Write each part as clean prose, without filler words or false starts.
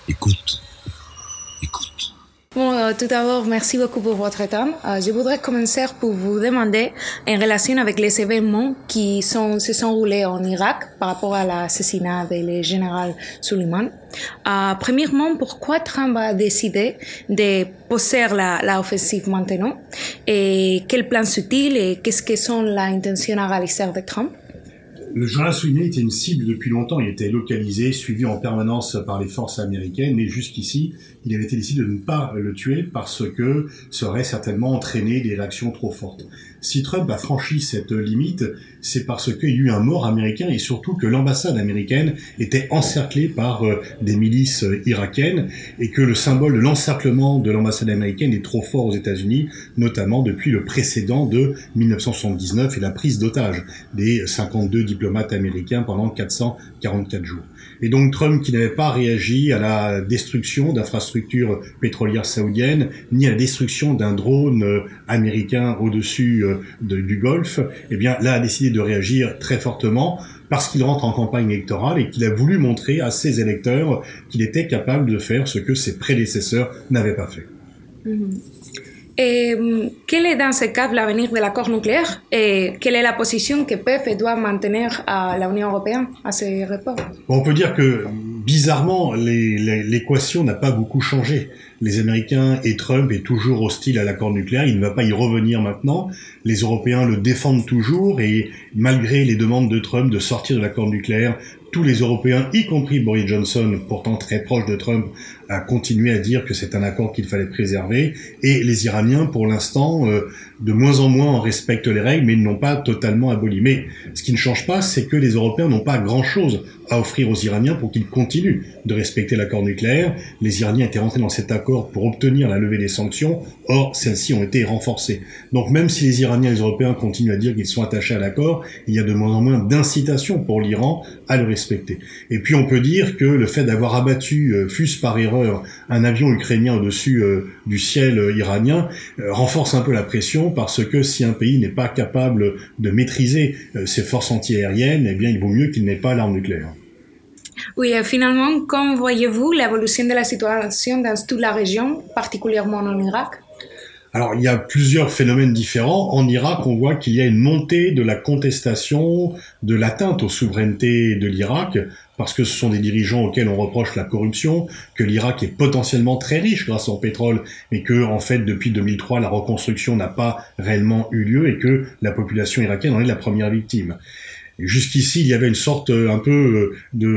Écoute. Écoute. Bon, tout d'abord, merci beaucoup pour votre temps. Je voudrais commencer pour vous demander, en relation avec les événements qui se sont roulés en Irak par rapport à l'assassinat du général Soleiman. Premièrement, pourquoi Trump a décidé de pousser l'offensive maintenant? Et quel plan subtil et qu'est-ce que sont l'intention à réaliser de Trump? Le général Soleimani était une cible depuis longtemps. Il était localisé, suivi en permanence par les forces américaines, mais jusqu'ici, il avait été décidé de ne pas le tuer parce que ça aurait certainement entraîné des réactions trop fortes. Si Trump a franchi cette limite, c'est parce qu'il y a eu un mort américain et surtout que l'ambassade américaine était encerclée par des milices irakiennes et que le symbole de l'encerclement de l'ambassade américaine est trop fort aux États-Unis, notamment depuis le précédent de 1979 et la prise d'otage des 52 diplomates américains pendant 444 jours. Et donc Trump, qui n'avait pas réagi à la destruction d'infrastructures pétrolières saoudiennes, ni à la destruction d'un drone américain au-dessus du Golfe, eh bien là a décidé de réagir très fortement parce qu'il rentre en campagne électorale et qu'il a voulu montrer à ses électeurs qu'il était capable de faire ce que ses prédécesseurs n'avaient pas fait. Et quel est dans ce cas l'avenir de l'accord nucléaire et quelle est la position que peut et doit maintenir l'Union européenne à ce rapport? On peut dire que bizarrement, l'équation n'a pas beaucoup changé. Les Américains et Trump est toujours hostile à l'accord nucléaire, il ne va pas y revenir maintenant. Les Européens le défendent toujours et malgré les demandes de Trump de sortir de l'accord nucléaire, tous les Européens, y compris Boris Johnson, pourtant très proche de Trump, a continué à dire que c'est un accord qu'il fallait préserver. Et les Iraniens, pour l'instant, de moins en moins en respectent les règles, mais ils n'ont pas totalement aboli. Mais ce qui ne change pas, c'est que les Européens n'ont pas grand-chose à offrir aux Iraniens pour qu'ils continuent de respecter l'accord nucléaire. Les Iraniens étaient rentrés dans cet accord pour obtenir la levée des sanctions. Or, celles-ci ont été renforcées. Donc même si les Iraniens et les Européens continuent à dire qu'ils sont attachés à l'accord, il y a de moins en moins d'incitation pour l'Iran à le respecter. Et puis on peut dire que le fait d'avoir abattu, fût-ce par erreur, un avion ukrainien au-dessus du ciel iranien renforce un peu la pression parce que si un pays n'est pas capable de maîtriser ses forces antiaériennes, eh bien il vaut mieux qu'il n'ait pas l'arme nucléaire. Oui, finalement, comment voyez-vous l'évolution de la situation dans toute la région, particulièrement en Irak? Alors, il y a plusieurs phénomènes différents. En Irak, on voit qu'il y a une montée de la contestation, de l'atteinte aux souverainetés de l'Irak, parce que ce sont des dirigeants auxquels on reproche la corruption, que l'Irak est potentiellement très riche grâce au pétrole, mais que, en fait, depuis 2003, la reconstruction n'a pas réellement eu lieu et que la population irakienne en est la première victime. Jusqu'ici, il y avait une sorte un peu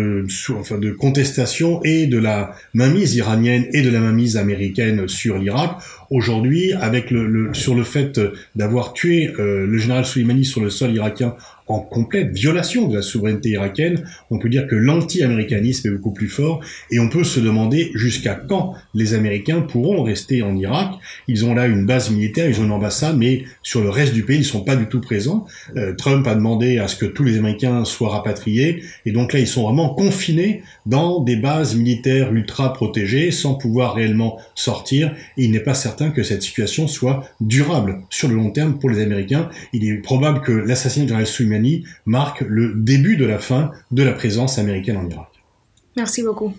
de contestation et de la mainmise iranienne et de la mainmise américaine sur l'Irak. Aujourd'hui, avec sur le fait d'avoir tué le général Soleimani sur le sol irakien en complète violation de la souveraineté irakienne, on peut dire que l'anti-américanisme est beaucoup plus fort et on peut se demander jusqu'à quand les Américains pourront rester en Irak. Ils ont là une base militaire, ils ont une ambassade, mais sur le reste du pays, ils ne sont pas du tout présents. Trump a demandé à ce que tous les Américains soient rapatriés et donc là, ils sont vraiment confinés dans des bases militaires ultra protégées sans pouvoir réellement sortir et il n'est pas certain que cette situation soit durable sur le long terme pour les Américains. Il est probable que l'assassinat du général Soleimani marque le début de la fin de la présence américaine en Irak. Merci beaucoup.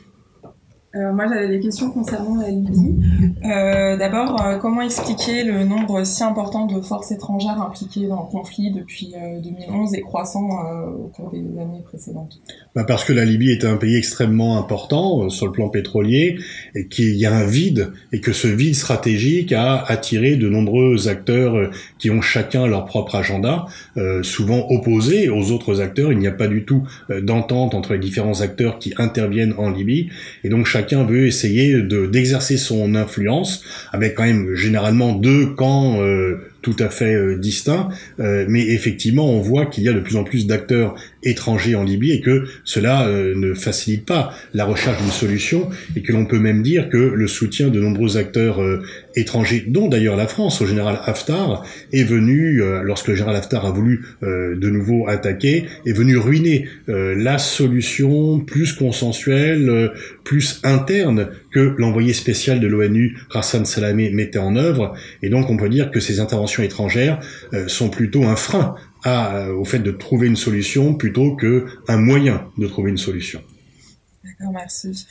Moi, j'avais des questions concernant la Libye. D'abord, comment expliquer le nombre si important de forces étrangères impliquées dans le conflit depuis 2011 et croissant au cours des années précédentes? Parce que la Libye est un pays extrêmement important sur le plan pétrolier et qu'il y a un vide et que ce vide stratégique a attiré de nombreux acteurs qui ont chacun leur propre agenda, souvent opposés aux autres acteurs. Il n'y a pas du tout d'entente entre les différents acteurs qui interviennent en Libye et donc chacun veut essayer d'exercer son influence avec quand même généralement deux camps tout à fait distincts, mais effectivement on voit qu'il y a de plus en plus d'acteurs étrangers en Libye et que cela ne facilite pas la recherche d'une solution et que l'on peut même dire que le soutien de nombreux acteurs étrangers, dont d'ailleurs la France au général Haftar, est venu, lorsque le général Haftar a voulu de nouveau attaquer, est venu ruiner la solution plus consensuelle, plus interne que l'envoyé spécial de l'ONU, Hassan Salamé, mettait en œuvre. Et donc on peut dire que ces interventions étrangères sont plutôt un frein au fait de trouver une solution plutôt qu'un moyen de trouver une solution. D'accord, merci.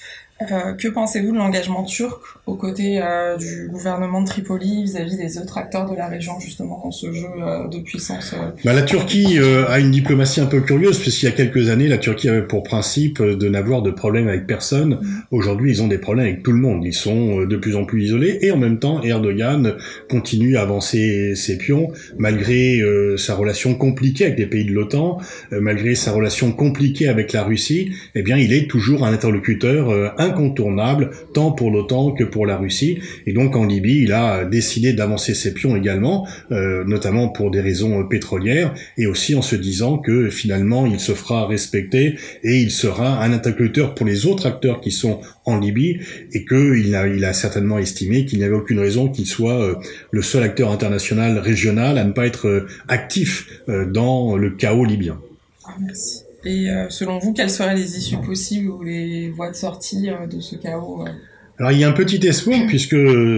Que pensez-vous de l'engagement turc aux côtés du gouvernement de Tripoli vis-à-vis des autres acteurs de la région, justement, dans ce jeu de puissance La Turquie a une diplomatie un peu curieuse, puisqu'il y a quelques années, la Turquie avait pour principe de n'avoir de problème avec personne. Aujourd'hui, ils ont des problèmes avec tout le monde. Ils sont de plus en plus isolés, et en même temps, Erdogan continue à avancer ses pions, malgré sa relation compliquée avec les pays de l'OTAN, malgré sa relation compliquée avec la Russie. Eh bien, il est toujours un interlocuteur incontournable, tant pour l'OTAN que pour la Russie. Et donc en Libye, il a décidé d'avancer ses pions également, notamment pour des raisons pétrolières, et aussi en se disant que finalement il se fera respecter et il sera un interlocuteur pour les autres acteurs qui sont en Libye, et qu'il a certainement estimé qu'il n'y avait aucune raison qu'il soit le seul acteur international régional à ne pas être actif dans le chaos libyen. Merci. Et selon vous, quelles seraient les issues possibles ou les voies de sortie de ce chaos Alors il y a un petit espoir, puisque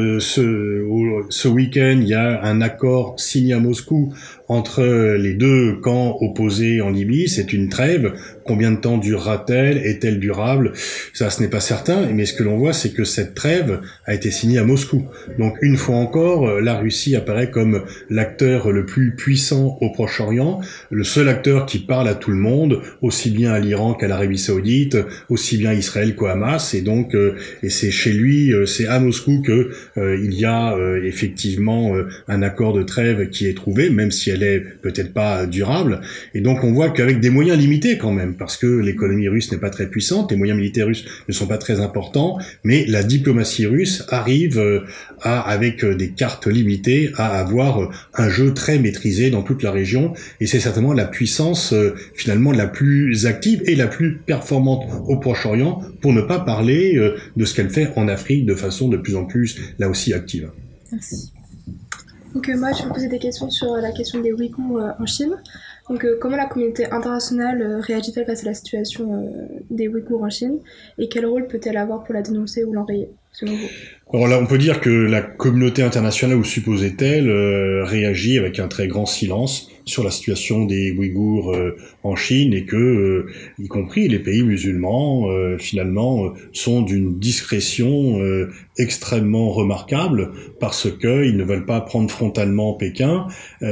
ce week-end, il y a un accord signé à Moscou entre les deux camps opposés en Libye. C'est une trêve. Combien de temps durera-t-elle? Est-elle durable? Ça, ce n'est pas certain. Mais ce que l'on voit, c'est que cette trêve a été signée à Moscou. Donc, une fois encore, la Russie apparaît comme l'acteur le plus puissant au Proche-Orient, le seul acteur qui parle à tout le monde, aussi bien à l'Iran qu'à l'Arabie Saoudite, aussi bien à Israël qu'au Hamas. Et donc, et c'est chez lui, c'est à Moscou que il y a effectivement un accord de trêve qui est trouvé, même si elle est peut-être pas durable. Et donc, on voit qu'avec des moyens limités quand même, parce que l'économie russe n'est pas très puissante, les moyens militaires russes ne sont pas très importants, mais la diplomatie russe arrive avec des cartes limitées, à avoir un jeu très maîtrisé dans toute la région, et c'est certainement la puissance finalement la plus active et la plus performante au Proche-Orient, pour ne pas parler de ce qu'elle fait en Afrique de façon de plus en plus, là aussi, active. Merci. Donc moi, je vais vous poser des questions sur la question des Ouïghours en Chine. Donc comment la communauté internationale réagit-elle face à la situation des Ouïghours en Chine, et quel rôle peut-elle avoir pour la dénoncer ou l'enrayer, selon vous? Alors là, on peut dire que la communauté internationale, ou supposait-elle, réagit avec un très grand silence sur la situation des Ouïghours en Chine, et que, y compris les pays musulmans, finalement, sont d'une discrétion extrêmement remarquable, parce que ils ne veulent pas prendre frontalement Pékin,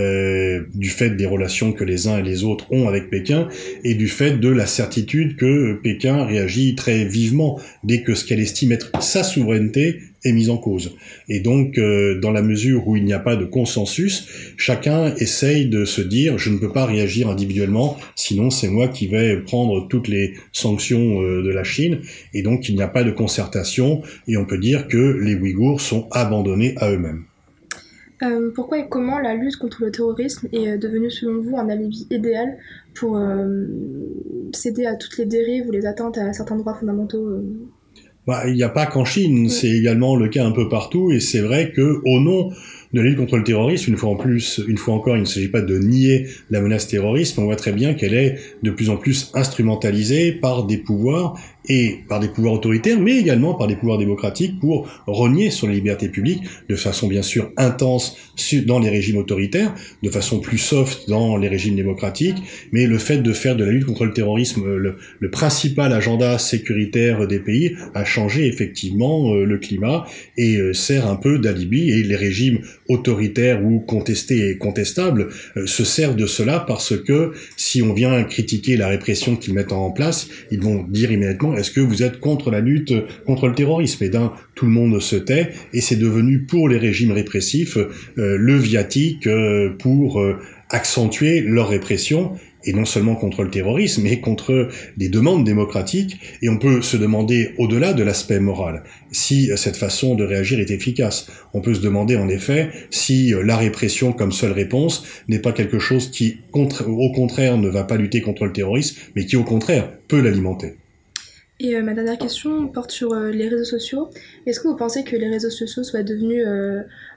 du fait des relations que les uns et les autres ont avec Pékin, et du fait de la certitude que Pékin réagit très vivement dès que ce qu'elle estime être sa souveraineté est mise en cause. Et donc, dans la mesure où il n'y a pas de consensus, chacun essaye de se dire « je ne peux pas réagir individuellement, sinon c'est moi qui vais prendre toutes les sanctions de la Chine ». Et donc, il n'y a pas de concertation, et on peut dire que les Ouïghours sont abandonnés à eux-mêmes. Pourquoi et comment la lutte contre le terrorisme est devenue, selon vous, un alibi idéal pour céder à toutes les dérives ou les atteintes à certains droits fondamentaux Il n'y a pas qu'en Chine, c'est également le cas un peu partout, et c'est vrai que au nom de la lutte contre le terrorisme, une fois encore, il ne s'agit pas de nier la menace terroriste, mais on voit très bien qu'elle est de plus en plus instrumentalisée par des pouvoirs, et par des pouvoirs autoritaires, mais également par des pouvoirs démocratiques, pour rogner sur les libertés publiques, de façon bien sûr intense dans les régimes autoritaires, de façon plus soft dans les régimes démocratiques, mais le fait de faire de la lutte contre le terrorisme le principal agenda sécuritaire des pays a changé effectivement le climat, et sert un peu d'alibi, et les régimes autoritaires ou contestés et contestables se servent de cela, parce que si on vient critiquer la répression qu'ils mettent en place, ils vont dire immédiatement: est-ce que vous êtes contre la lutte contre le terrorisme? Et tout le monde se tait, et c'est devenu pour les régimes répressifs le viatique pour accentuer leur répression, et non seulement contre le terrorisme, mais contre des demandes démocratiques. Et on peut se demander, au-delà de l'aspect moral, si cette façon de réagir est efficace. On peut se demander en effet si la répression comme seule réponse n'est pas quelque chose qui, au contraire, ne va pas lutter contre le terrorisme, mais qui, au contraire, peut l'alimenter. Et ma dernière question porte sur les réseaux sociaux. Est-ce que vous pensez que les réseaux sociaux soient devenus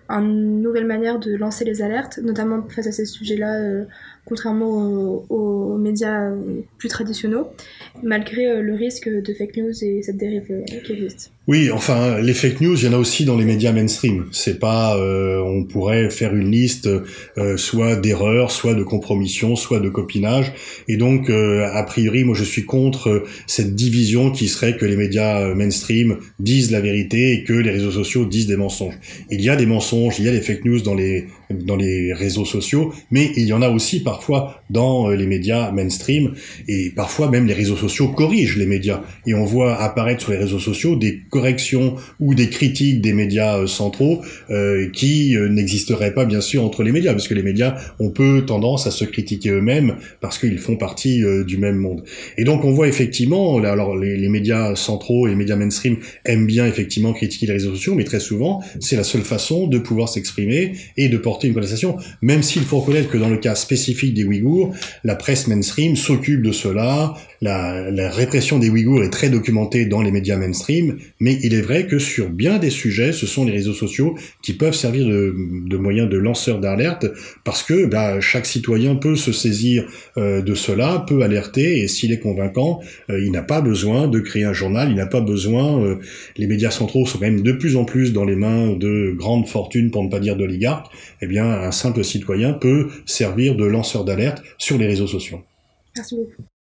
une nouvelle manière de lancer les alertes, notamment face à ces sujets-là, contrairement aux médias plus traditionnels, malgré le risque de fake news et cette dérive qui existe. Oui, enfin, les fake news, il y en a aussi dans les médias mainstream. C'est pas, on pourrait faire une liste soit d'erreurs, soit de compromissions, soit de copinage. Et donc, a priori, moi, je suis contre cette division qui serait que les médias mainstream disent la vérité et que les réseaux sociaux disent des mensonges. Il y a des mensonges, il y a des fake news dans les réseaux sociaux, mais il y en a aussi parfois dans les médias mainstream, et parfois même les réseaux sociaux corrigent les médias. Et on voit apparaître sur les réseaux sociaux des corrections ou des critiques des médias centraux qui n'existeraient pas bien sûr entre les médias, parce que les médias ont peu tendance à se critiquer eux-mêmes parce qu'ils font partie du même monde. Et donc on voit effectivement, alors les médias centraux et les médias mainstream aiment bien effectivement critiquer les réseaux sociaux, mais très souvent c'est la seule façon de pouvoir s'exprimer et de porter une contestation, même s'il faut reconnaître que dans le cas spécifique des Ouïghours, la presse mainstream s'occupe de cela, la répression des Ouïghours est très documentée dans les médias mainstream, mais il est vrai que sur bien des sujets, ce sont les réseaux sociaux qui peuvent servir de moyens de lanceurs d'alerte, parce que chaque citoyen peut se saisir de cela, peut alerter, et s'il est convaincant, il n'a pas besoin de créer un journal, il n'a pas besoin, les médias centraux sont quand même de plus en plus dans les mains de grandes fortunes, pour ne pas dire d'oligarques, eh bien un simple citoyen peut servir de lanceur d'alerte sur les réseaux sociaux. Merci beaucoup.